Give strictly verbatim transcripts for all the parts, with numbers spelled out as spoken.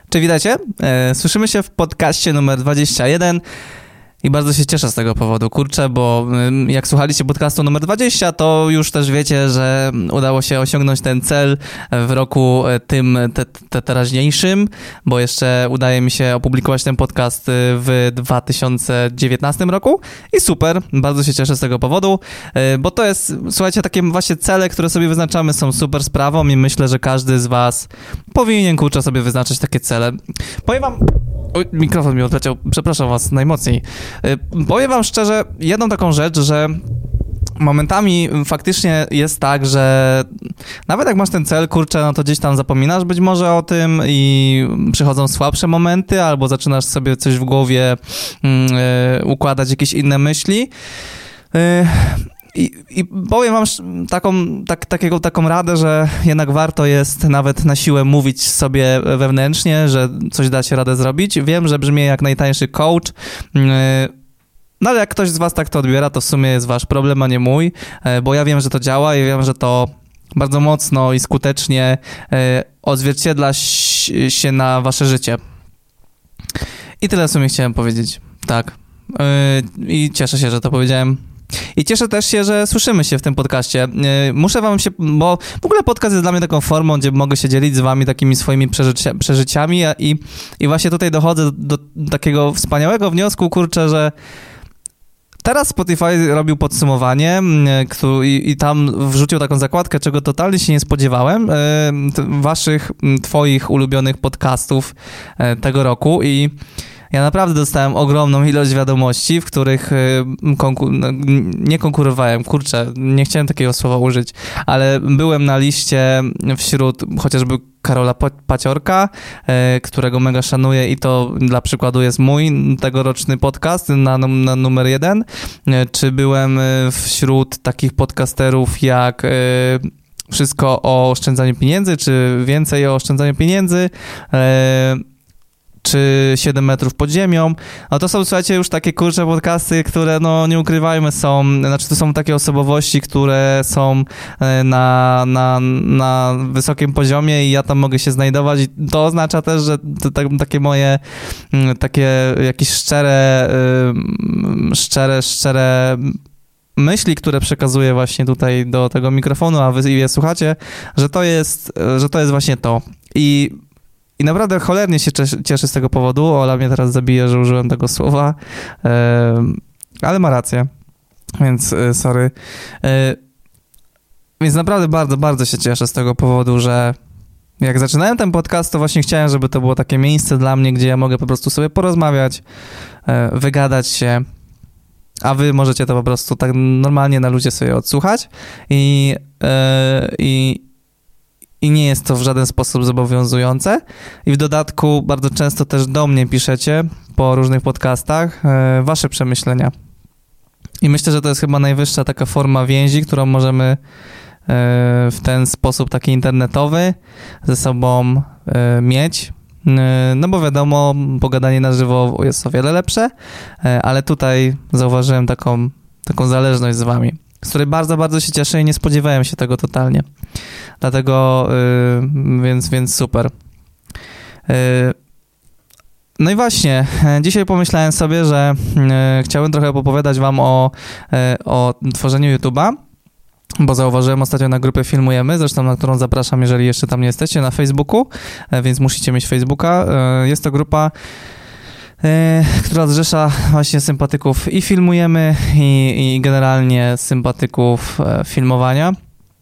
Cześć, witajcie. E, słyszymy się w podcaście numer dwadzieścia jeden i bardzo się cieszę z tego powodu, kurczę, bo y, jak słuchaliście podcastu numer dwadzieścia, to już też wiecie, że udało się osiągnąć ten cel w roku tym te, te teraźniejszym, bo jeszcze udaje mi się opublikować ten podcast w dwa tysiące dziewiętnastym roku i super, bardzo się cieszę z tego powodu, y, bo to jest, słuchajcie, takie właśnie cele, które sobie wyznaczamy, są super sprawą i myślę, że każdy z was powinien, kurczę, sobie wyznaczyć takie cele. Powiem wam... Oj, mikrofon mi odleciał, przepraszam was najmocniej. Yy, powiem wam szczerze jedną taką rzecz, że momentami faktycznie jest tak, że nawet jak masz ten cel, kurczę, no to gdzieś tam zapominasz być może o tym i przychodzą słabsze momenty, albo zaczynasz sobie coś w głowie yy, układać, jakieś inne myśli. Yy, I, I powiem wam taką, tak, takiego, taką radę, że jednak warto jest nawet na siłę mówić sobie wewnętrznie, że coś da się radę zrobić. Wiem, że brzmi jak najtańszy coach, no ale jak ktoś z was tak to odbiera, to w sumie jest wasz problem, a nie mój, bo ja wiem, że to działa i wiem, że to bardzo mocno i skutecznie odzwierciedla się na wasze życie. I tyle w sumie chciałem powiedzieć. Tak. I cieszę się, że to powiedziałem. I cieszę też się, że słyszymy się w tym podcaście. Muszę wam się, bo w ogóle podcast jest dla mnie taką formą, gdzie mogę się dzielić z wami takimi swoimi przeżycia, przeżyciami i, i właśnie tutaj dochodzę do, do takiego wspaniałego wniosku, kurczę, że teraz Spotify robił podsumowanie i, i tam wrzucił taką zakładkę, czego totalnie się nie spodziewałem, waszych, twoich ulubionych podcastów tego roku i ja naprawdę dostałem ogromną ilość wiadomości, w których konkur- nie konkurowałem, kurczę, nie chciałem takiego słowa użyć, ale byłem na liście wśród chociażby Karola Paciorka, którego mega szanuję i to dla przykładu jest mój tegoroczny podcast na, na numer jeden, czy byłem wśród takich podcasterów jak Wszystko o oszczędzaniu pieniędzy, czy Więcej o oszczędzaniu pieniędzy, czy siedem metrów pod ziemią, no to są, słuchajcie, już takie, kurcze, podcasty, które, no, nie ukrywajmy, są, znaczy to są takie osobowości, które są na, na, na wysokim poziomie i ja tam mogę się znajdować i to oznacza też, że to, tak, takie moje, takie jakieś szczere, szczere, szczere myśli, które przekazuję właśnie tutaj do tego mikrofonu, a wy je słuchacie, że to jest, że to jest właśnie to. I I naprawdę cholernie się cieszę z tego powodu. Ola mnie teraz zabije, że użyłem tego słowa, yy, ale ma rację, więc yy, sorry. Yy, więc naprawdę bardzo, bardzo się cieszę z tego powodu, że jak zaczynałem ten podcast, to właśnie chciałem, żeby to było takie miejsce dla mnie, gdzie ja mogę po prostu sobie porozmawiać, yy, wygadać się, a wy możecie to po prostu tak normalnie na ludzie sobie odsłuchać i, yy, i I nie jest to w żaden sposób zobowiązujące. I w dodatku bardzo często też do mnie piszecie po różnych podcastach e, wasze przemyślenia. I myślę, że to jest chyba najwyższa taka forma więzi, którą możemy e, w ten sposób taki internetowy ze sobą e, mieć. E, no bo wiadomo, pogadanie na żywo jest o wiele lepsze, e, ale tutaj zauważyłem taką, taką zależność z wami, z której bardzo, bardzo się cieszę i nie spodziewałem się tego totalnie. Dlatego, yy, więc, więc super. Yy, no i właśnie, dzisiaj pomyślałem sobie, że yy, chciałbym trochę opowiadać wam o, yy, o tworzeniu YouTube'a, bo zauważyłem ostatnio na grupie Filmujemy, zresztą na którą zapraszam, jeżeli jeszcze tam nie jesteście, na Facebooku, yy, więc musicie mieć Facebooka. Yy, jest to grupa, Yy, która zrzesza właśnie sympatyków i Filmujemy, i, i generalnie sympatyków yy, filmowania.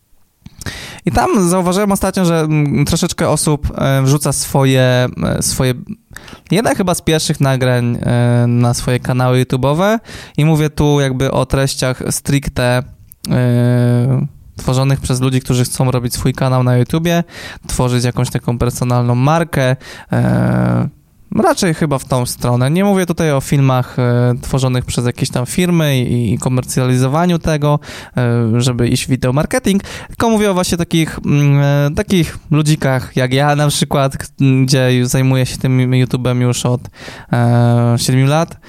I tam zauważyłem ostatnio, że m, troszeczkę osób yy, wrzuca swoje, yy, swoje, jedna chyba z pierwszych nagrań yy, na swoje kanały YouTube'owe i mówię tu jakby o treściach stricte yy, tworzonych przez ludzi, którzy chcą robić swój kanał na YouTubie, tworzyć jakąś taką personalną markę, yy, raczej chyba w tą stronę. Nie mówię tutaj o filmach e, tworzonych przez jakieś tam firmy i, i komercjalizowaniu tego, e, żeby iść w wideomarketing, tylko mówię o właśnie takich, e, takich ludzikach jak ja na przykład, gdzie zajmuję się tym YouTube'em już od e, siedmiu lat.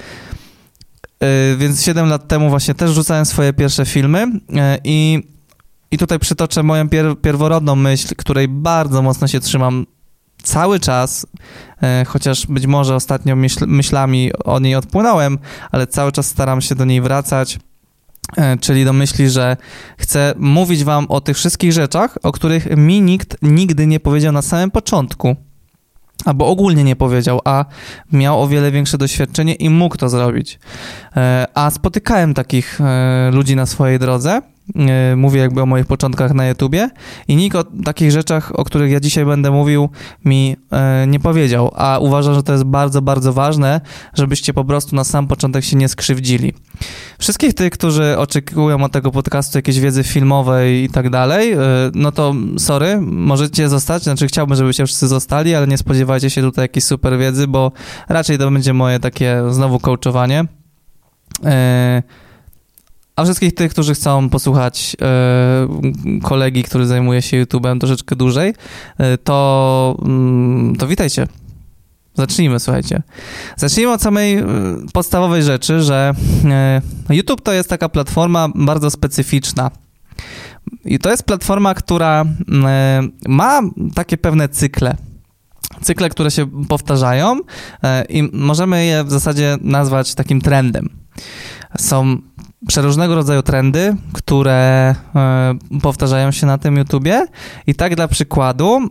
E, więc siedem lat temu właśnie też rzucałem swoje pierwsze filmy e, i, i tutaj przytoczę moją pier, pierworodną myśl, której bardzo mocno się trzymam cały czas, e, chociaż być może ostatnio myśl, myślami o niej odpłynąłem, ale cały czas staram się do niej wracać, e, czyli do myśli, że chcę mówić wam o tych wszystkich rzeczach, o których mi nikt nigdy nie powiedział na samym początku, albo ogólnie nie powiedział, a miał o wiele większe doświadczenie i mógł to zrobić. E, a spotykałem takich e, ludzi na swojej drodze, mówię jakby o moich początkach na YouTubie i nikt o takich rzeczach, o których ja dzisiaj będę mówił, mi e, nie powiedział, a uważam, że to jest bardzo, bardzo ważne, żebyście po prostu na sam początek się nie skrzywdzili. Wszystkich tych, którzy oczekują od tego podcastu jakiejś wiedzy filmowej i tak dalej, e, no to sorry, możecie zostać, znaczy chciałbym, żebyście wszyscy zostali, ale nie spodziewajcie się tutaj jakiejś super wiedzy, bo raczej to będzie moje takie znowu coachowanie. E, A wszystkich tych, którzy chcą posłuchać e, kolegi, który zajmuje się YouTube'em troszeczkę dłużej, e, to, mm, to witajcie. Zacznijmy, słuchajcie. Zacznijmy od samej e, podstawowej rzeczy, że e, YouTube to jest taka platforma bardzo specyficzna. I to jest platforma, która e, ma takie pewne cykle. Cykle, które się powtarzają e, i możemy je w zasadzie nazwać takim trendem. Są przeróżnego rodzaju trendy, które y, powtarzają się na tym YouTubie i tak dla przykładu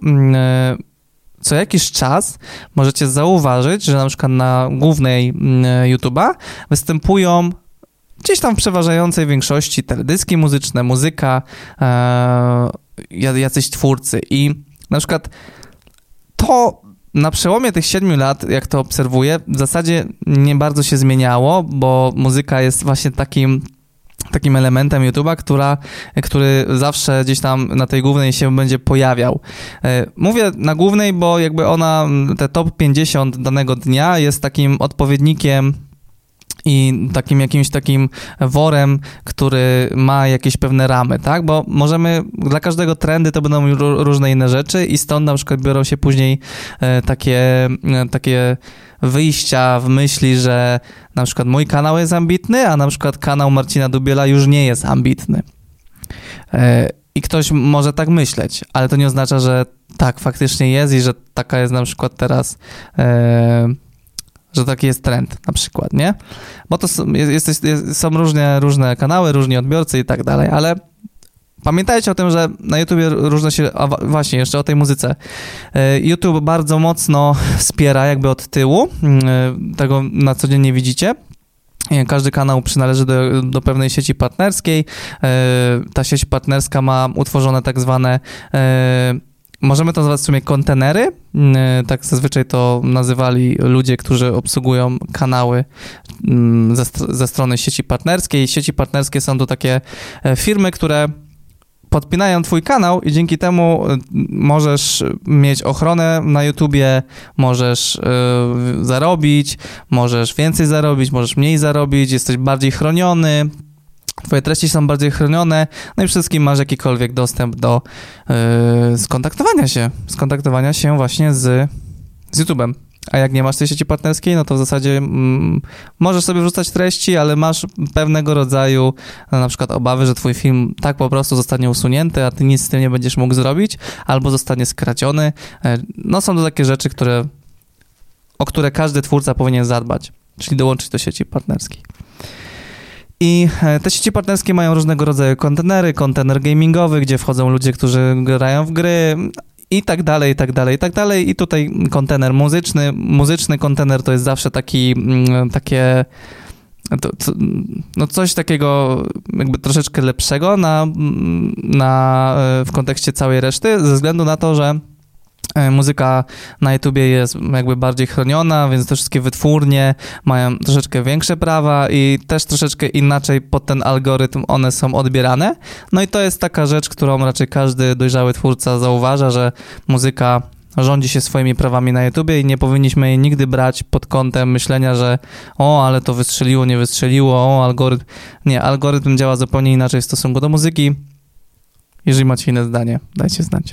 y, co jakiś czas możecie zauważyć, że na przykład na głównej y, YouTube'a występują gdzieś tam w przeważającej większości teledyski muzyczne, muzyka, y, jacyś twórcy i na przykład to na przełomie tych siedmiu lat, jak to obserwuję, w zasadzie nie bardzo się zmieniało, bo muzyka jest właśnie takim, takim elementem YouTube'a, która, który zawsze gdzieś tam na tej głównej się będzie pojawiał. Mówię na głównej, bo jakby ona, te top pięćdziesiąt danego dnia jest takim odpowiednikiem i takim jakimś takim worem, który ma jakieś pewne ramy, tak? Bo możemy, dla każdego trendy to będą różne inne rzeczy i stąd na przykład biorą się później e, takie, e, takie wyjścia w myśli, że na przykład mój kanał jest ambitny, a na przykład kanał Marcina Dubiela już nie jest ambitny. E, I ktoś może tak myśleć, ale to nie oznacza, że tak faktycznie jest i że taka jest na przykład teraz... E, że taki jest trend na przykład, nie? Bo to są, jest, jest, są różne, różne kanały, różni odbiorcy i tak dalej, ale pamiętajcie o tym, że na YouTubie różne się, a właśnie jeszcze o tej muzyce. YouTube bardzo mocno wspiera jakby od tyłu, tego na co dzień nie widzicie. Każdy kanał przynależy do, do pewnej sieci partnerskiej. Ta sieć partnerska ma utworzone tak zwane... Możemy to nazwać w sumie kontenery, tak zazwyczaj to nazywali ludzie, którzy obsługują kanały ze, ze strony sieci partnerskiej. Sieci partnerskie są to takie firmy, które podpinają twój kanał i dzięki temu możesz mieć ochronę na YouTubie, możesz yy, zarobić, możesz więcej zarobić, możesz mniej zarobić, jesteś bardziej chroniony. Twoje treści są bardziej chronione, no i przede wszystkim masz jakikolwiek dostęp do yy, skontaktowania się, skontaktowania się właśnie z, z YouTube'em. A jak nie masz tej sieci partnerskiej, no to w zasadzie mm, możesz sobie wrzucać treści, ale masz pewnego rodzaju no, na przykład obawy, że twój film tak po prostu zostanie usunięty, a ty nic z tym nie będziesz mógł zrobić, albo zostanie skradziony. No są to takie rzeczy, które, o które każdy twórca powinien zadbać, czyli dołączyć do sieci partnerskiej. I te sieci partnerskie mają różnego rodzaju kontenery, kontener gamingowy, gdzie wchodzą ludzie, którzy grają w gry i tak dalej, i tak dalej, i tak dalej. I tutaj kontener muzyczny. Muzyczny kontener to jest zawsze taki, takie, to, to, no coś takiego jakby troszeczkę lepszego na, na, w kontekście całej reszty, ze względu na to, że muzyka na YouTubie jest jakby bardziej chroniona, więc te wszystkie wytwórnie mają troszeczkę większe prawa i też troszeczkę inaczej pod ten algorytm one są odbierane. No i to jest taka rzecz, którą raczej każdy dojrzały twórca zauważa, że muzyka rządzi się swoimi prawami na YouTubie i nie powinniśmy jej nigdy brać pod kątem myślenia, że o, ale to wystrzeliło, nie wystrzeliło, o, algorytm... Nie, algorytm działa zupełnie inaczej w stosunku do muzyki. Jeżeli macie inne zdanie, dajcie znać.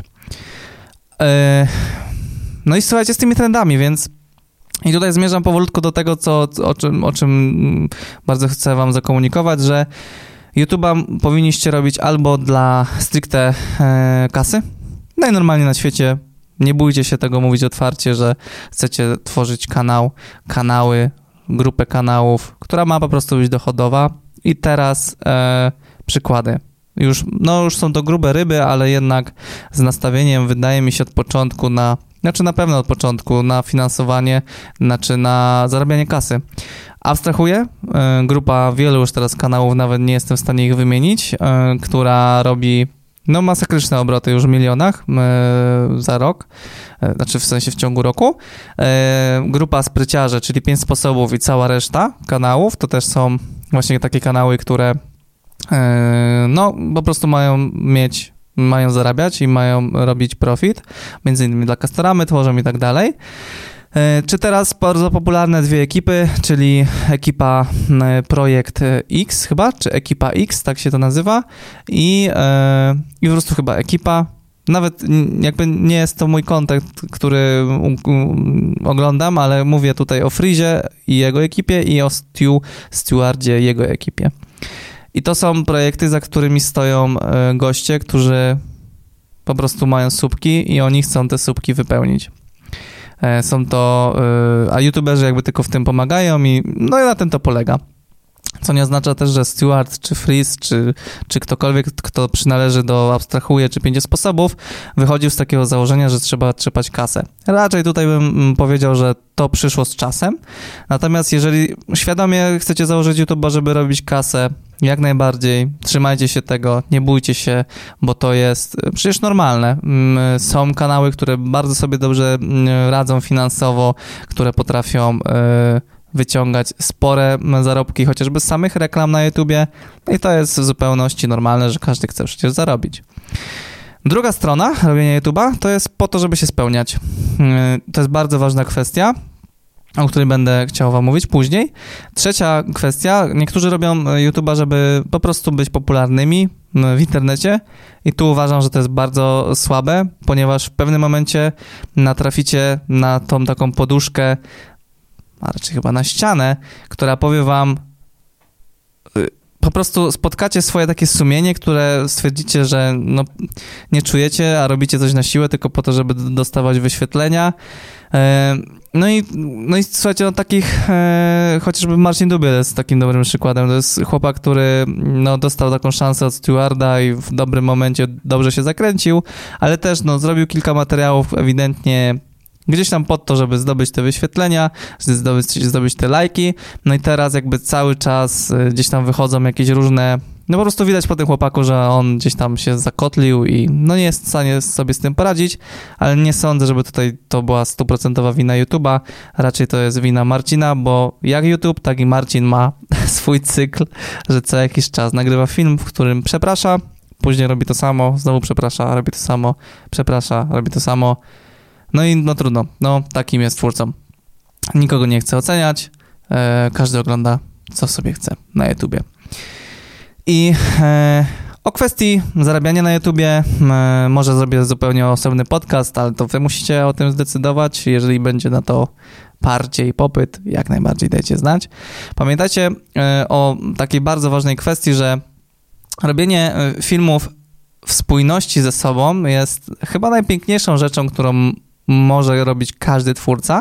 No i słuchajcie, z tymi trendami, więc i tutaj zmierzam powolutku do tego, co, o, czym, o czym bardzo chcę wam zakomunikować, że YouTube'a powinniście robić albo dla stricte e, kasy, najnormalniej na świecie Nie bójcie się tego mówić otwarcie, że chcecie tworzyć kanał, kanały, grupę kanałów, która ma po prostu być dochodowa. I teraz e, przykłady. Już, no już są to grube ryby, ale jednak z nastawieniem wydaje mi się od początku na, znaczy na pewno od początku na finansowanie, znaczy na zarabianie kasy. Abstrahuję, e, grupa wielu już teraz kanałów, nawet nie jestem w stanie ich wymienić, e, która robi no masakryczne obroty już w milionach e, za rok, e, znaczy w sensie w ciągu roku. E, grupa Spryciarze, czyli pięć sposobów i cała reszta kanałów, to też są właśnie takie kanały, które e, no po prostu mają mieć, mają zarabiać i mają robić profit, między innymi dla Castoramy tworzą i tak dalej. Czy teraz bardzo popularne dwie ekipy, czyli ekipa Projekt X chyba, czy ekipa X, tak się to nazywa, i, i po prostu chyba ekipa. Nawet jakby nie jest to mój kontent, który oglądam, ale mówię tutaj o Freezie i jego ekipie i o Stu, Stewardzie i jego ekipie. I to są projekty, za którymi stoją goście, którzy po prostu mają słupki i oni chcą te słupki wypełnić. Są to, a youtuberzy jakby tylko w tym pomagają i no i na tym to polega. Co nie oznacza też, że Steward, czy Freeze, czy, czy ktokolwiek, kto przynależy do Abstrahuje, czy Pięciu Sposobów, wychodził z takiego założenia, że trzeba trzepać kasę. Raczej tutaj bym powiedział, że to przyszło z czasem. Natomiast jeżeli świadomie chcecie założyć YouTube'a, żeby robić kasę, jak najbardziej, trzymajcie się tego, nie bójcie się, bo to jest przecież normalne. Są kanały, które bardzo sobie dobrze radzą finansowo, które potrafią wyciągać spore zarobki, chociażby z samych reklam na YouTubie i to jest w zupełności normalne, że każdy chce przecież zarobić. Druga strona robienia YouTube'a to jest po to, żeby się spełniać. To jest bardzo ważna kwestia, o której będę chciał wam mówić później. Trzecia kwestia, niektórzy robią YouTube'a, żeby po prostu być popularnymi w internecie i tu uważam, że to jest bardzo słabe, ponieważ w pewnym momencie natraficie na tą taką poduszkę, a raczej chyba na ścianę, która powie wam, po prostu spotkacie swoje takie sumienie, które stwierdzicie, że no, nie czujecie, a robicie coś na siłę tylko po to, żeby dostawać wyświetlenia. No i, no i słuchajcie, no takich, e, chociażby Marcin Dubiel jest takim dobrym przykładem. To jest chłopak, który no, dostał taką szansę od Stewarda i w dobrym momencie dobrze się zakręcił, ale też no, zrobił kilka materiałów ewidentnie gdzieś tam pod to, żeby zdobyć te wyświetlenia, żeby zdobyć, zdobyć te lajki. No i teraz jakby cały czas gdzieś tam wychodzą jakieś różne... No po prostu widać po tym chłopaku, że on gdzieś tam się zakotlił i no nie jest w stanie sobie z tym poradzić, ale nie sądzę, żeby tutaj to była stuprocentowa wina YouTube'a. Raczej to jest wina Marcina, bo jak YouTube, tak i Marcin ma swój cykl, że co jakiś czas nagrywa film, w którym przeprasza, później robi to samo, znowu przeprasza, robi to samo, przeprasza, robi to samo. No i no trudno, no takim jest twórcą. Nikogo nie chcę oceniać, e, każdy ogląda co sobie chce na YouTubie. I e, o kwestii zarabiania na YouTubie e, może zrobię zupełnie osobny podcast, ale to wy musicie o tym zdecydować. Jeżeli będzie na to parcie i popyt, jak najbardziej dajcie znać. Pamiętajcie e, o takiej bardzo ważnej kwestii, że robienie filmów w spójności ze sobą jest chyba najpiękniejszą rzeczą, którą może robić każdy twórca,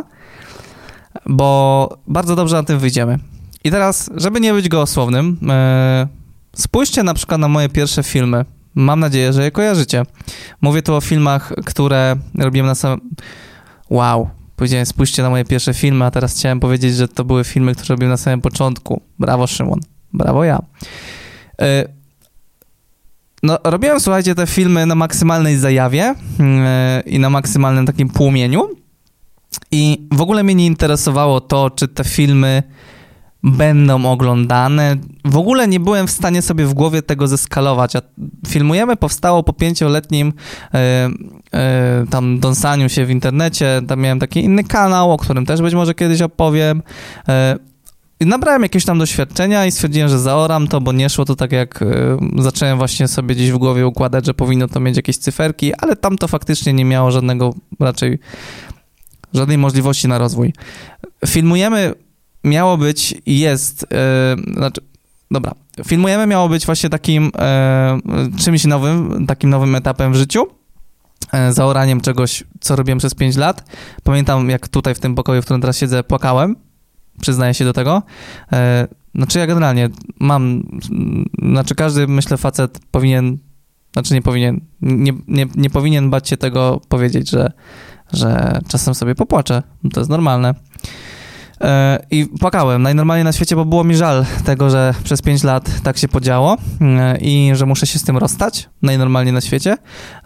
bo bardzo dobrze na tym wyjdziemy. I teraz, żeby nie być gołosłownym, e, spójrzcie na przykład na moje pierwsze filmy. Mam nadzieję, że je kojarzycie. Mówię tu o filmach, które robiłem na samym... Wow, powiedziałem, spójrzcie na moje pierwsze filmy, a teraz chciałem powiedzieć, że to były filmy, które robiłem na samym początku. Brawo, Szymon. Brawo, ja. E, No, robiłem, słuchajcie, te filmy na maksymalnej zajawie yy, i na maksymalnym takim płomieniu i w ogóle mnie nie interesowało to, czy te filmy będą oglądane. W ogóle nie byłem w stanie sobie w głowie tego zeskalować. A Filmujemy powstało po pięcioletnim yy, yy, tam dąsaniu się w internecie. Tam miałem taki inny kanał, o którym też być może kiedyś opowiem. Yy, I nabrałem jakieś tam doświadczenia i stwierdziłem, że zaoram to, bo nie szło to tak jak y, zacząłem właśnie sobie gdzieś w głowie układać, że powinno to mieć jakieś cyferki, ale tam to faktycznie nie miało żadnego, raczej żadnej możliwości na rozwój. Filmujemy miało być i jest, y, znaczy, dobra, filmujemy miało być właśnie takim y, czymś nowym, takim nowym etapem w życiu zaoraniem czegoś, co robiłem przez pięć lat. Pamiętam, jak tutaj w tym pokoju, w którym teraz siedzę, płakałem. Przyznaję się do tego. Znaczy ja generalnie mam, znaczy każdy, myślę, facet powinien, znaczy nie powinien, nie, nie, nie powinien bać się tego powiedzieć, że, że czasem sobie popłaczę. To jest normalne. I płakałem najnormalniej na świecie, bo było mi żal tego, że przez pięć lat tak się podziało i że muszę się z tym rozstać najnormalniej na świecie,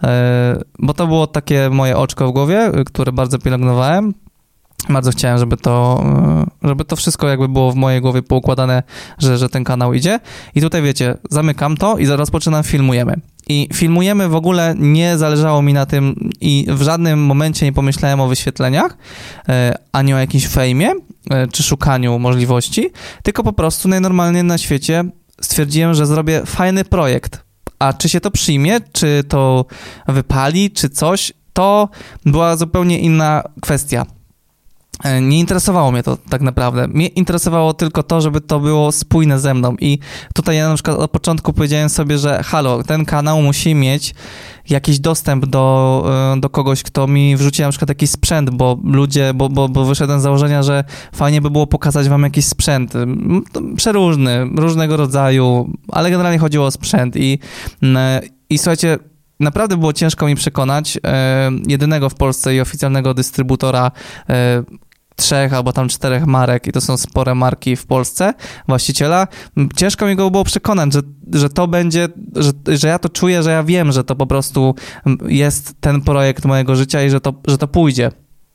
bo to było takie moje oczko w głowie, które bardzo pielęgnowałem. Bardzo chciałem, żeby to, żeby to wszystko jakby było w mojej głowie poukładane, że, że ten kanał idzie. I tutaj wiecie, zamykam to i rozpoczynam filmujemy. I filmujemy w ogóle nie zależało mi na tym i w żadnym momencie nie pomyślałem o wyświetleniach, ani o jakimś fejmie, czy szukaniu możliwości, tylko po prostu najnormalniej na świecie stwierdziłem, że zrobię fajny projekt. A czy się to przyjmie, czy to wypali, czy coś, to była zupełnie inna kwestia. Nie interesowało mnie to tak naprawdę. Mnie interesowało tylko to, żeby to było spójne ze mną i tutaj ja na przykład od początku powiedziałem sobie, że halo, ten kanał musi mieć jakiś dostęp do, do kogoś, kto mi wrzuci na przykład jakiś sprzęt, bo ludzie, bo, bo, bo wyszedłem z założenia, że fajnie by było pokazać wam jakiś sprzęt, przeróżny, różnego rodzaju, ale generalnie chodziło o sprzęt i, i słuchajcie, naprawdę było ciężko mi przekonać e, jedynego w Polsce i oficjalnego dystrybutora e, trzech albo tam czterech marek, i to są spore marki w Polsce, właściciela. Ciężko mi go było przekonać, że, że to będzie, że, że ja to czuję, że ja wiem, że to po prostu jest ten projekt mojego życia i że to, że to pójdzie.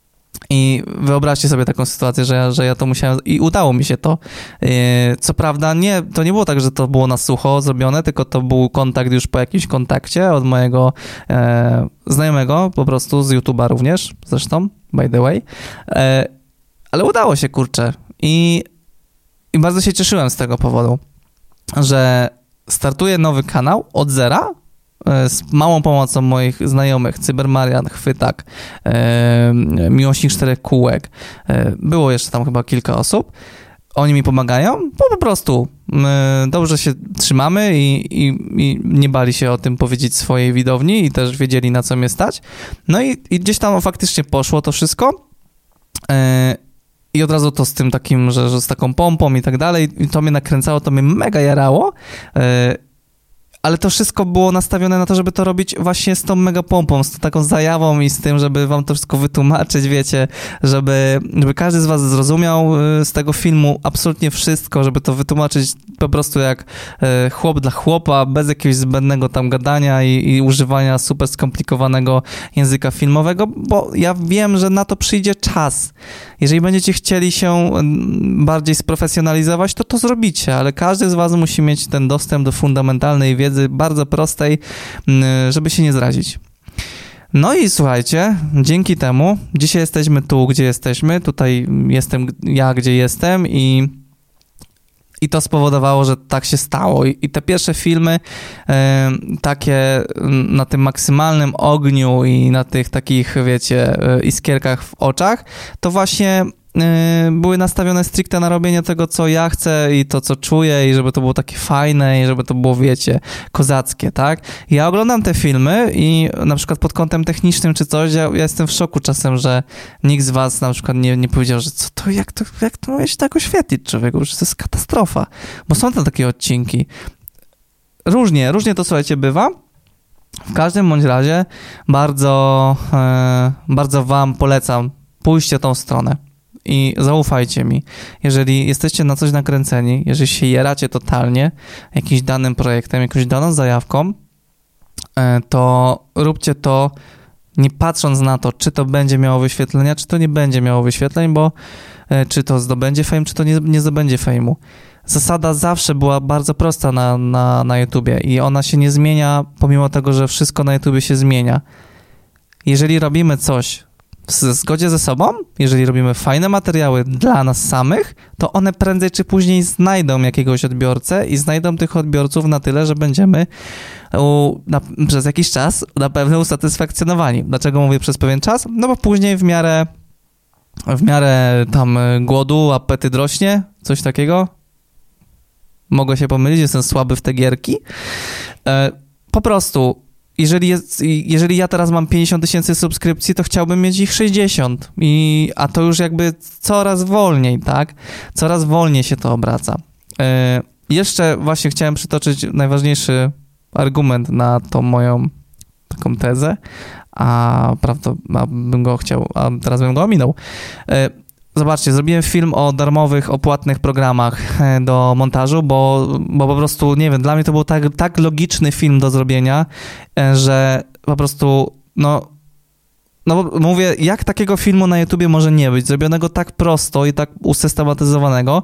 I wyobraźcie sobie taką sytuację, że ja, że ja to musiałem i udało mi się to. Co prawda nie, to nie było tak, że to było na sucho zrobione, tylko to był kontakt już po jakimś kontakcie od mojego e, znajomego, po prostu z YouTube'a również, zresztą, by the way. E, ale udało się, kurczę. I, I bardzo się cieszyłem z tego powodu, że startuję nowy kanał od zera, z małą pomocą moich znajomych, Cybermarian, Chwytak, e, Miłośnik Czterech Kółek. E, było jeszcze tam chyba kilka osób. Oni mi pomagają, bo po prostu e, dobrze się trzymamy i, i, i nie bali się o tym powiedzieć swojej widowni i też wiedzieli, na co mnie stać. No i, i gdzieś tam faktycznie poszło to wszystko. E, I od razu to z tym takim, że, że z taką pompą i tak dalej. I to mnie nakręcało, to mnie mega jarało. E, Ale to wszystko było nastawione na to, żeby to robić właśnie z tą mega pompą, z tą taką zajawą i z tym, żeby wam to wszystko wytłumaczyć, wiecie, żeby, żeby każdy z was zrozumiał z tego filmu absolutnie wszystko, żeby to wytłumaczyć po prostu jak chłop dla chłopa, bez jakiegoś zbędnego tam gadania i, i używania super skomplikowanego języka filmowego, bo ja wiem, że na to przyjdzie czas. Jeżeli będziecie chcieli się bardziej sprofesjonalizować, to to zrobicie, ale każdy z was musi mieć ten dostęp do fundamentalnej wiedzy, bardzo prostej, żeby się nie zrazić. No i słuchajcie, dzięki temu dzisiaj jesteśmy tu, gdzie jesteśmy, tutaj jestem ja, gdzie jestem i I to spowodowało, że tak się stało. I, i te pierwsze filmy e, takie na tym maksymalnym ogniu i na tych takich, wiecie, iskierkach w oczach, to właśnie e, były nastawione stricte na robienie tego, co ja chcę i to, co czuję i żeby to było takie fajne i żeby to było, wiecie, kozackie, tak? Ja oglądam te filmy i na przykład pod kątem technicznym czy coś, ja, ja jestem w szoku czasem, że nikt z was na przykład nie, nie powiedział, że co to, jak to, jak to ma się tak oświetlić człowieku, że to jest katastrofa, bo są to takie odcinki. Różnie, różnie to, słuchajcie, bywa. W każdym bądź razie bardzo, e, bardzo wam polecam pójście tą stronę. I zaufajcie mi, jeżeli jesteście na coś nakręceni, jeżeli się jaracie totalnie jakimś danym projektem, jakąś daną zajawką, to róbcie to nie patrząc na to, czy to będzie miało wyświetlenia, czy to nie będzie miało wyświetleń, bo czy to zdobędzie fame, czy to nie, nie zdobędzie fame'u. Zasada zawsze była bardzo prosta na, na, na YouTubie i ona się nie zmienia, pomimo tego, że wszystko na YouTubie się zmienia. Jeżeli robimy coś w zgodzie ze sobą, jeżeli robimy fajne materiały dla nas samych, to one prędzej czy później znajdą jakiegoś odbiorcę i znajdą tych odbiorców na tyle, że będziemy u, na, przez jakiś czas na pewno usatysfakcjonowani. Dlaczego mówię przez pewien czas? No bo później w miarę w miarę tam głodu, apetyt rośnie, coś takiego. Mogę się pomylić, jestem słaby w te gierki. E, po prostu jeżeli, jest, jeżeli ja teraz mam pięćdziesiąt tysięcy subskrypcji, to chciałbym mieć ich sześćdziesiąt. I, a to już jakby coraz wolniej, tak? Coraz wolniej się to obraca. Yy, jeszcze właśnie chciałem przytoczyć najważniejszy argument na tą moją taką tezę, a prawda, a bym go chciał, a teraz bym go ominął. Yy, Zobaczcie, zrobiłem film o darmowych, o płatnych programach do montażu, bo, bo po prostu, nie wiem, dla mnie to był tak, tak logiczny film do zrobienia, że po prostu, no, no mówię, jak takiego filmu na YouTubie może nie być, zrobionego tak prosto i tak usystematyzowanego.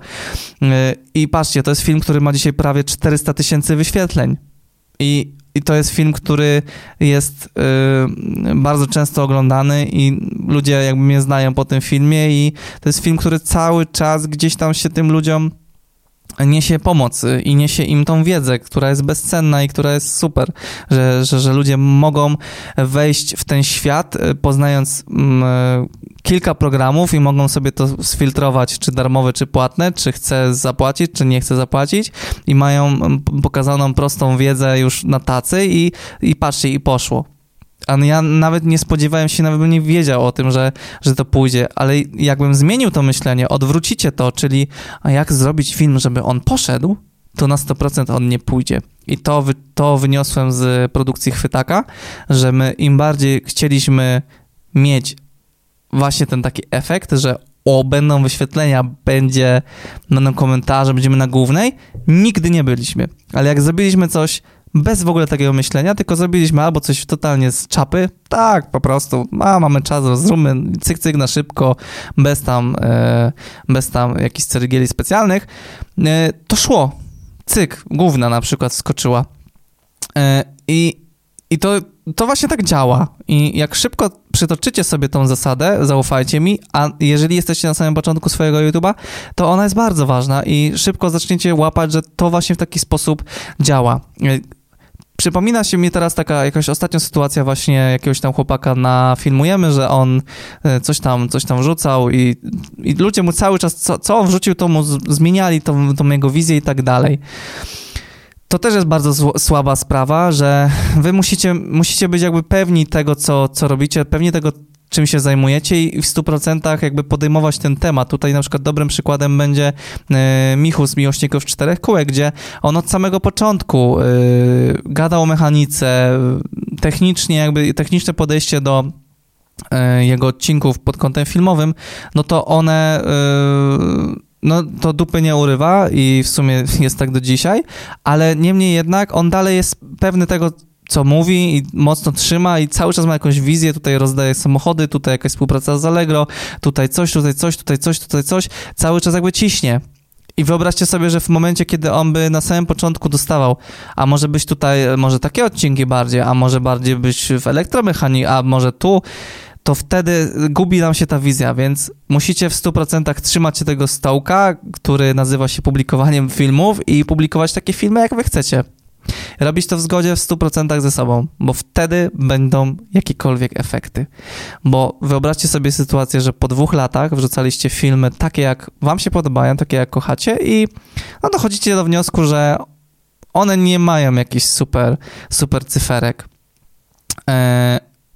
I patrzcie, to jest film, który ma dzisiaj prawie czterysta tysięcy wyświetleń. I I to jest film, który jest y, bardzo często oglądany i ludzie jakby mnie znają po tym filmie i to jest film, który cały czas gdzieś tam się tym ludziom niesie pomoc i niesie im tą wiedzę, która jest bezcenna i która jest super, że, że, że ludzie mogą wejść w ten świat, poznając mm, kilka programów i mogą sobie to sfiltrować, czy darmowe, czy płatne, czy chce zapłacić, czy nie chce zapłacić i mają pokazaną prostą wiedzę już na tacy i, i patrzcie, i poszło. A ja nawet nie spodziewałem się, nawet bym nie wiedział o tym, że, że to pójdzie, ale jakbym zmienił to myślenie, odwrócicie to, czyli a jak zrobić film, żeby on poszedł, to na sto procent on nie pójdzie. I to, wy, to wyniosłem z produkcji Chwytaka, że my im bardziej chcieliśmy mieć właśnie ten taki efekt, że o, będą wyświetlenia, będzie, będą komentarze, będziemy na głównej, nigdy nie byliśmy. Ale jak zrobiliśmy coś bez w ogóle takiego myślenia, tylko zrobiliśmy albo coś totalnie z czapy, tak, po prostu, a mamy czas, zróbmy, cyk, cyk na szybko, bez tam, e, bez tam jakichś ceregieli specjalnych, e, to szło, cyk, główna na przykład skoczyła. E, i, i to, to właśnie tak działa. I jak szybko przytoczycie sobie tą zasadę, zaufajcie mi, a jeżeli jesteście na samym początku swojego YouTube'a, to ona jest bardzo ważna i szybko zaczniecie łapać, że to właśnie w taki sposób działa. Przypomina się mi teraz taka jakaś ostatnia sytuacja właśnie jakiegoś tam chłopaka na filmujemy, że on coś tam, coś tam wrzucał i, i ludzie mu cały czas, co, co on wrzucił, to mu zmieniali tą, tą jego wizję i tak dalej. To też jest bardzo słaba sprawa, że wy musicie, musicie być jakby pewni tego, co, co robicie, pewni tego, czym się zajmujecie i w stu procentach jakby podejmować ten temat. Tutaj na przykład dobrym przykładem będzie e, Michu z Miłośników Czterech Kółek, gdzie on od samego początku e, gadał o mechanice, technicznie jakby, techniczne podejście do e, jego odcinków pod kątem filmowym, no to one... E, no to dupy nie urywa i w sumie jest tak do dzisiaj, ale niemniej jednak on dalej jest pewny tego, co mówi i mocno trzyma i cały czas ma jakąś wizję, tutaj rozdaje samochody, tutaj jakaś współpraca z Allegro, tutaj coś, tutaj coś, tutaj coś, tutaj coś, cały czas jakby ciśnie. I wyobraźcie sobie, że w momencie, kiedy on by na samym początku dostawał, a może być tutaj, może takie odcinki bardziej, a może bardziej być w elektromechanice, a może tu, to wtedy gubi nam się ta wizja, więc musicie w stu procentach trzymać się tego stołka, który nazywa się publikowaniem filmów i publikować takie filmy, jak wy chcecie. Robić to w zgodzie w stu procentach ze sobą, bo wtedy będą jakiekolwiek efekty. Bo wyobraźcie sobie sytuację, że po dwóch latach wrzucaliście filmy takie, jak wam się podobają, takie, jak kochacie i no dochodzicie do wniosku, że one nie mają jakichś super, super cyferek. Eee,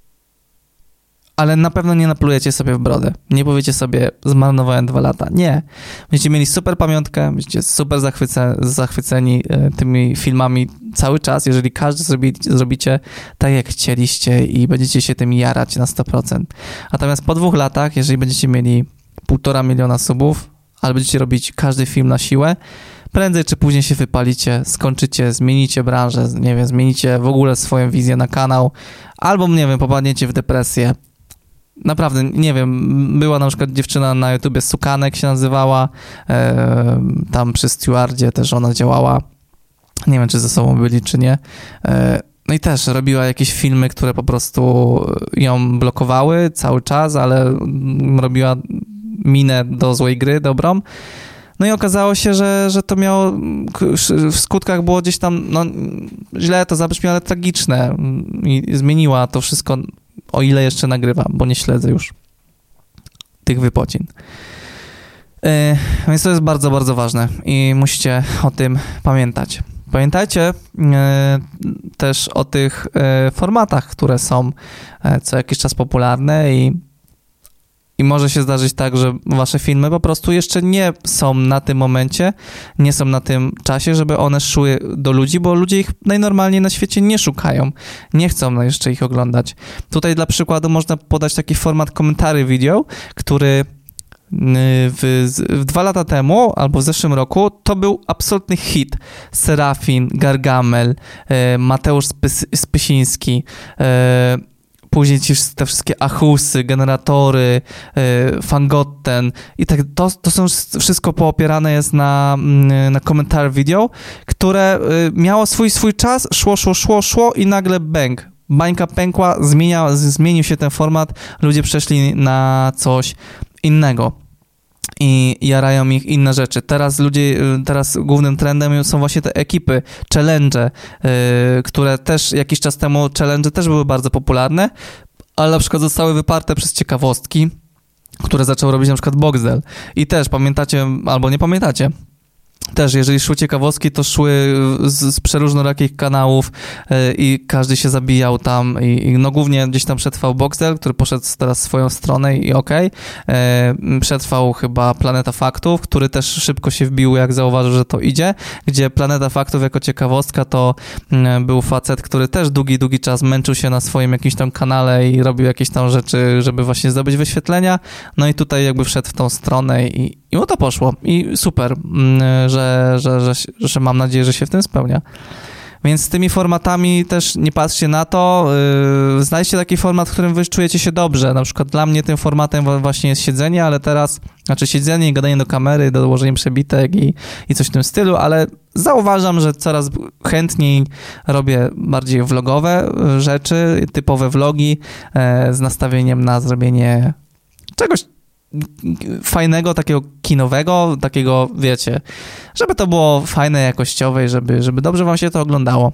ale na pewno nie naplujecie sobie w brodę. Nie powiecie sobie, zmarnowałem dwa lata. Nie. Będziecie mieli super pamiątkę, będziecie super zachwyce, zachwyceni e, tymi filmami cały czas, jeżeli każdy zrobi, zrobicie tak, jak chcieliście i będziecie się tym jarać na sto procent. Natomiast po dwóch latach, jeżeli będziecie mieli półtora miliona subów, ale będziecie robić każdy film na siłę, prędzej czy później się wypalicie, skończycie, zmienicie branżę, nie wiem, zmienicie w ogóle swoją wizję na kanał, albo, nie wiem, popadniecie w depresję. Naprawdę, nie wiem, była na przykład dziewczyna na YouTubie, Sukanek się nazywała, e, tam przy Stewardzie też ona działała, nie wiem, czy ze sobą byli, czy nie, e, no i też robiła jakieś filmy, które po prostu ją blokowały cały czas, ale robiła minę do złej gry, dobrą. No i okazało się, że, że to miało, w skutkach było gdzieś tam, no źle to zabrzmi, ale tragiczne i zmieniła to wszystko, o ile jeszcze nagrywa, bo nie śledzę już tych wypocin. Yy, więc to jest bardzo, bardzo ważne i musicie o tym pamiętać. Pamiętajcie e, też o tych e, formatach, które są e, co jakiś czas popularne i, i może się zdarzyć tak, że wasze filmy po prostu jeszcze nie są na tym momencie, nie są na tym czasie, żeby one szły do ludzi, bo ludzie ich najnormalniej na świecie nie szukają, nie chcą jeszcze ich oglądać. Tutaj dla przykładu można podać taki format komentarzy wideo, który W, w dwa lata temu, albo w zeszłym roku, to był absolutny hit. Serafin, Gargamel, e, Mateusz Spys- Spysiński, e, później ci te wszystkie Achusy, generatory, e, Fangotten i tak, to, to są wszystko poopierane jest na, na komentarz wideo, które e, miało swój, swój czas, szło, szło, szło, szło i nagle bang. Bańka pękła, zmienia, zmienił się ten format, ludzie przeszli na coś innego i jarają ich inne rzeczy. Teraz ludzie, teraz głównym trendem są właśnie te ekipy, challenge, yy, które też jakiś czas temu challenge też były bardzo popularne, ale na przykład zostały wyparte przez ciekawostki, które zaczął robić na przykład Boxdel. I też pamiętacie, albo nie pamiętacie, też, jeżeli szły ciekawostki, to szły z, z przeróżnorakich kanałów yy, i każdy się zabijał tam i, i no głównie gdzieś tam przetrwał Boxdel, który poszedł teraz swoją stronę i okej. Okay. Yy, przetrwał chyba Planeta Faktów, który też szybko się wbił, jak zauważył, że to idzie, gdzie Planeta Faktów jako ciekawostka to yy, był facet, który też długi, długi czas męczył się na swoim jakimś tam kanale i robił jakieś tam rzeczy, żeby właśnie zdobyć wyświetlenia, no i tutaj jakby wszedł w tą stronę i, i mu to poszło i super, yy, Że, że, że, że mam nadzieję, że się w tym spełnia. Więc z tymi formatami też nie patrzcie na to, yy, znajdźcie taki format, w którym wy czujecie się dobrze. Na przykład dla mnie tym formatem właśnie jest siedzenie, ale teraz, znaczy siedzenie i gadanie do kamery, dołożenie przebitek i, i coś w tym stylu, ale zauważam, że coraz chętniej robię bardziej vlogowe rzeczy, typowe vlogi yy, z nastawieniem na zrobienie czegoś fajnego, takiego kinowego, takiego, wiecie, żeby to było fajne, jakościowe i żeby, żeby dobrze wam się to oglądało.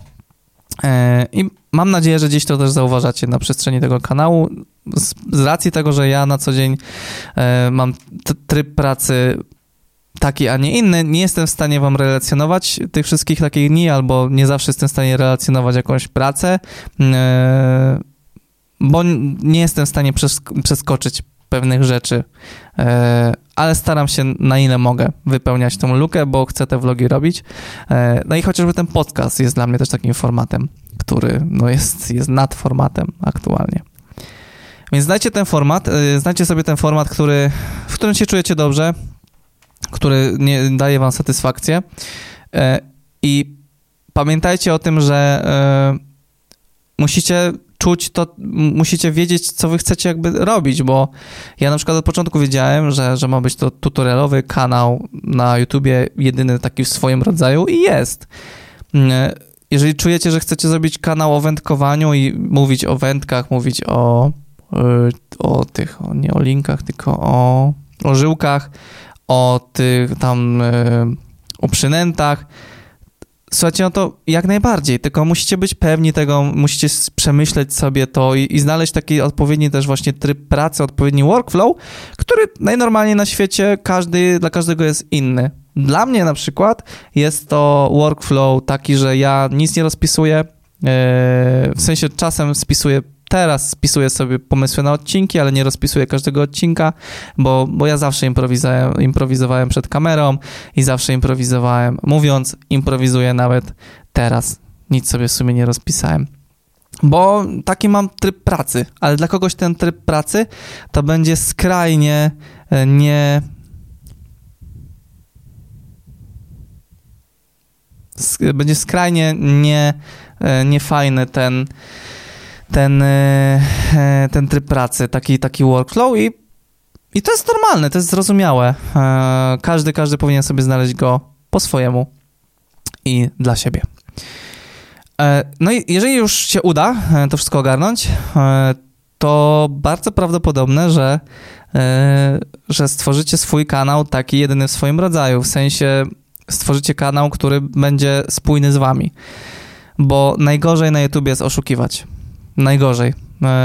I mam nadzieję, że gdzieś to też zauważacie na przestrzeni tego kanału. Z, z racji tego, że ja na co dzień mam t- tryb pracy taki, a nie inny, nie jestem w stanie wam relacjonować tych wszystkich takich dni, albo nie zawsze jestem w stanie relacjonować jakąś pracę, bo nie jestem w stanie przes- przeskoczyć pewnych rzeczy, ale staram się na ile mogę wypełniać tą lukę, bo chcę te vlogi robić. No i chociażby ten podcast jest dla mnie też takim formatem, który no jest, jest nad formatem aktualnie. Więc znajdźcie ten format, znajdźcie sobie ten format, który, w którym się czujecie dobrze, który nie daje wam satysfakcję i pamiętajcie o tym, że musicie czuć to, musicie wiedzieć, co wy chcecie jakby robić, bo ja na przykład od początku wiedziałem, że, że ma być to tutorialowy kanał na YouTubie, jedyny taki w swoim rodzaju i jest. Jeżeli czujecie, że chcecie zrobić kanał o wędkowaniu i mówić o wędkach, mówić o, o tych, nie o linkach, tylko o, o żyłkach, o tych tam, o przynętach, słuchajcie, no to jak najbardziej, tylko musicie być pewni tego, musicie przemyśleć sobie to i, i znaleźć taki odpowiedni też właśnie tryb pracy, odpowiedni workflow, który najnormalniej na świecie każdy, dla każdego jest inny. Dla mnie na przykład jest to workflow taki, że ja nic nie rozpisuję, yy, w sensie czasem spisuję, teraz spisuję sobie pomysły na odcinki, ale nie rozpisuję każdego odcinka, bo, bo ja zawsze improwizowałem, improwizowałem przed kamerą i zawsze improwizowałem mówiąc, improwizuję nawet teraz. Nic sobie w sumie nie rozpisałem. Bo taki mam tryb pracy, ale dla kogoś ten tryb pracy to będzie skrajnie nie... będzie skrajnie nie, niefajny ten ten, ten tryb pracy, taki, taki workflow i, i to jest normalne, to jest zrozumiałe. Każdy, każdy powinien sobie znaleźć go po swojemu i dla siebie. No i jeżeli już się uda to wszystko ogarnąć, to bardzo prawdopodobne, że, że stworzycie swój kanał taki jedyny w swoim rodzaju, w sensie stworzycie kanał, który będzie spójny z wami, bo najgorzej na YouTubie jest oszukiwać. Najgorzej.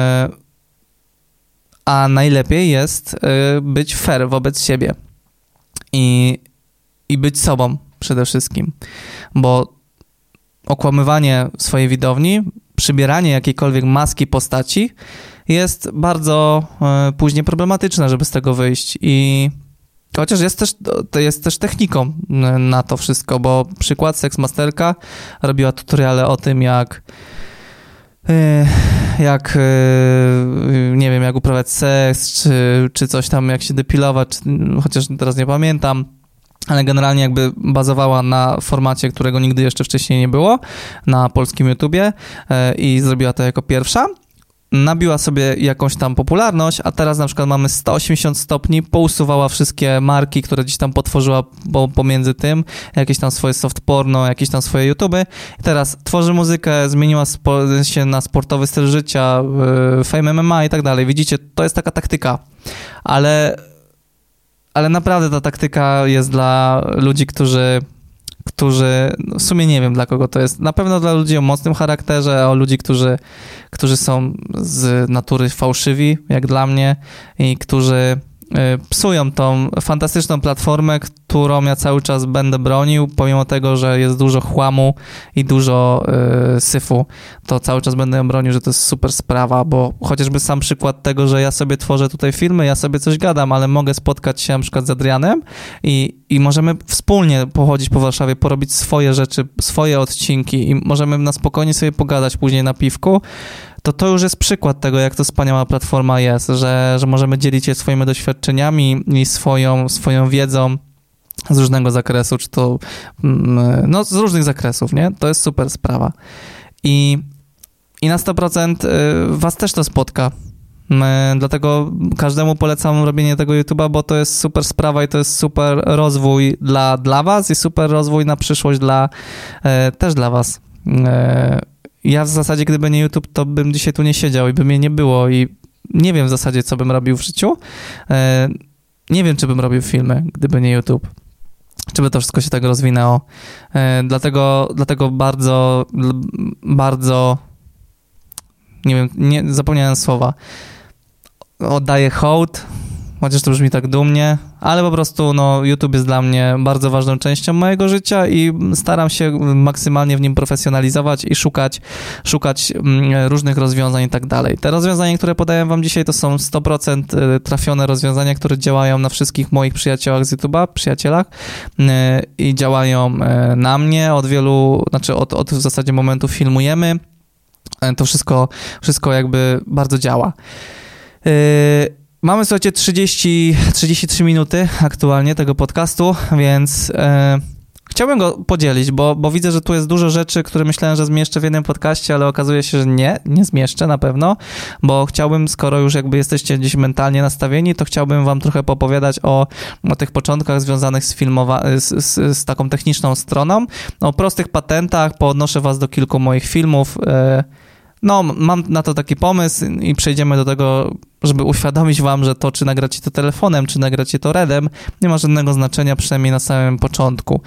A najlepiej jest być fair wobec siebie i, i być sobą przede wszystkim, bo okłamywanie swojej widowni, przybieranie jakiejkolwiek maski postaci jest bardzo y, później problematyczne, żeby z tego wyjść i chociaż jest też, to jest też techniką na to wszystko, bo przykład Sexmasterka robiła tutoriale o tym, jak jak nie wiem, jak uprawiać seks, czy, czy coś tam, jak się depilować, czy, chociaż teraz nie pamiętam, ale generalnie jakby bazowała na formacie, którego nigdy jeszcze wcześniej nie było na polskim YouTubie i zrobiła to jako pierwsza. Nabiła sobie jakąś tam popularność, a teraz na przykład mamy sto osiemdziesiąt stopni, pousuwała wszystkie marki, które gdzieś tam potworzyła po, pomiędzy tym, jakieś tam swoje soft porno, jakieś tam swoje YouTuby. I teraz tworzy muzykę, zmieniła spo, się na sportowy styl życia, yy, Fame M M A i tak dalej. Widzicie, to jest taka taktyka, ale, ale naprawdę ta taktyka jest dla ludzi, którzy którzy, w sumie nie wiem dla kogo to jest, na pewno dla ludzi o mocnym charakterze, a o ludzi, którzy, którzy są z natury fałszywi, jak dla mnie, i którzy psują tą fantastyczną platformę, którą ja cały czas będę bronił, pomimo tego, że jest dużo chłamu i dużo y, syfu, to cały czas będę ją bronił, że to jest super sprawa, bo chociażby sam przykład tego, że ja sobie tworzę tutaj filmy, ja sobie coś gadam, ale mogę spotkać się na przykład z Adrianem i, i możemy wspólnie pochodzić po Warszawie, porobić swoje rzeczy, swoje odcinki i możemy na spokojnie sobie pogadać później na piwku, to to już jest przykład tego, jak to wspaniała platforma jest, że, że możemy dzielić się swoimi doświadczeniami i swoją, swoją wiedzą z różnego zakresu, czy to no z różnych zakresów, nie? To jest super sprawa. I, i na sto procent was też to spotka. Dlatego każdemu polecam robienie tego YouTube'a, bo to jest super sprawa i to jest super rozwój dla, dla was i super rozwój na przyszłość dla, też dla was. Ja w zasadzie, gdyby nie YouTube, to bym dzisiaj tu nie siedział i by mnie nie było i nie wiem w zasadzie, co bym robił w życiu. Nie wiem, czy bym robił filmy, gdyby nie YouTube. Czy by to wszystko się tak rozwinęło. Dlatego, dlatego bardzo, bardzo, nie wiem, nie, zapomniałem słowa. Oddaję hołd, chociaż to brzmi tak dumnie, ale po prostu no, YouTube jest dla mnie bardzo ważną częścią mojego życia i staram się maksymalnie w nim profesjonalizować i szukać, szukać różnych rozwiązań i tak dalej. Te rozwiązania, które podaję wam dzisiaj, to są sto procent trafione rozwiązania, które działają na wszystkich moich przyjaciołach z YouTube'a, przyjacielach i działają na mnie od wielu, znaczy od, od w zasadzie momentu filmujemy. To wszystko, wszystko jakby bardzo działa. Yy, Mamy, słuchajcie, trzydzieści, trzydzieści trzy minuty aktualnie tego podcastu, więc e, chciałbym go podzielić, bo, bo widzę, że tu jest dużo rzeczy, które myślałem, że zmieszczę w jednym podcaście, ale okazuje się, że nie, nie zmieszczę na pewno, bo chciałbym, skoro już jakby jesteście gdzieś mentalnie nastawieni, to chciałbym wam trochę popowiadać o, o tych początkach związanych z, filmowa- z, z, z taką techniczną stroną, o prostych patentach, podnoszę was do kilku moich filmów. E, no, mam na to taki pomysł i przejdziemy do tego, żeby uświadomić wam, że to, czy nagracie to telefonem, czy nagracie to redem, nie ma żadnego znaczenia, przynajmniej na samym początku.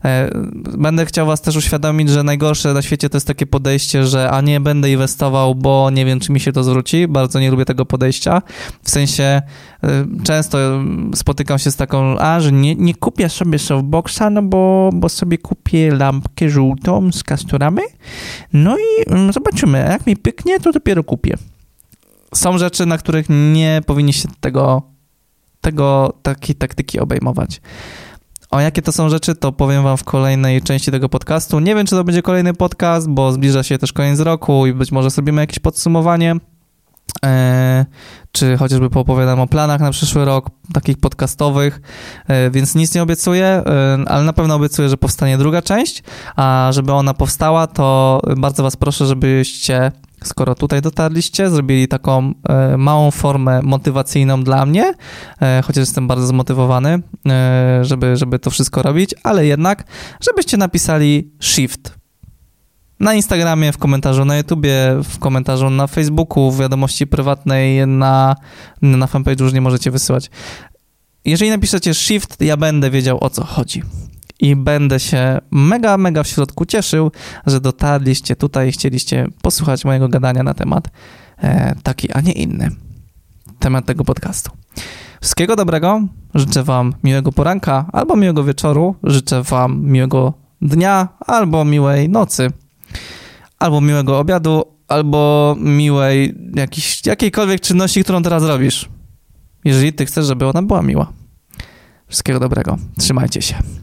Będę chciał was też uświadomić, że najgorsze na świecie to jest takie podejście, że a nie będę inwestował, bo nie wiem, czy mi się to zwróci. Bardzo nie lubię tego podejścia. W sensie często spotykam się z taką, a, że nie, nie kupię sobie softboxa, no bo, bo sobie kupię lampkę żółtą z kastorami, no i zobaczymy, a jak mi pyknie, to dopiero kupię. Są rzeczy, na których nie powinniście tego, tego, takiej taktyki obejmować. O jakie to są rzeczy, to powiem wam w kolejnej części tego podcastu. Nie wiem, czy to będzie kolejny podcast, bo zbliża się też koniec roku i być może zrobimy jakieś podsumowanie, e, czy chociażby poopowiadam o planach na przyszły rok, takich podcastowych, e, więc nic nie obiecuję, e, ale na pewno obiecuję, że powstanie druga część, a żeby ona powstała, to bardzo was proszę, żebyście, skoro tutaj dotarliście, zrobili taką e, małą formę motywacyjną dla mnie, e, chociaż jestem bardzo zmotywowany, e, żeby, żeby to wszystko robić, ale jednak, żebyście napisali shift. Na Instagramie, w komentarzu na YouTubie, w komentarzu na Facebooku, w wiadomości prywatnej, na, na fanpage'u już nie możecie wysyłać. Jeżeli napiszecie shift, ja będę wiedział, o co chodzi. I będę się mega, mega w środku cieszył, że dotarliście tutaj i chcieliście posłuchać mojego gadania na temat e, taki, a nie inny. Temat tego podcastu. Wszystkiego dobrego. Życzę wam miłego poranka albo miłego wieczoru. Życzę wam miłego dnia albo miłej nocy. albo miłego obiadu, albo miłej jakiejś, jakiejkolwiek czynności, którą teraz robisz. Jeżeli ty chcesz, żeby ona była miła. Wszystkiego dobrego. Trzymajcie się.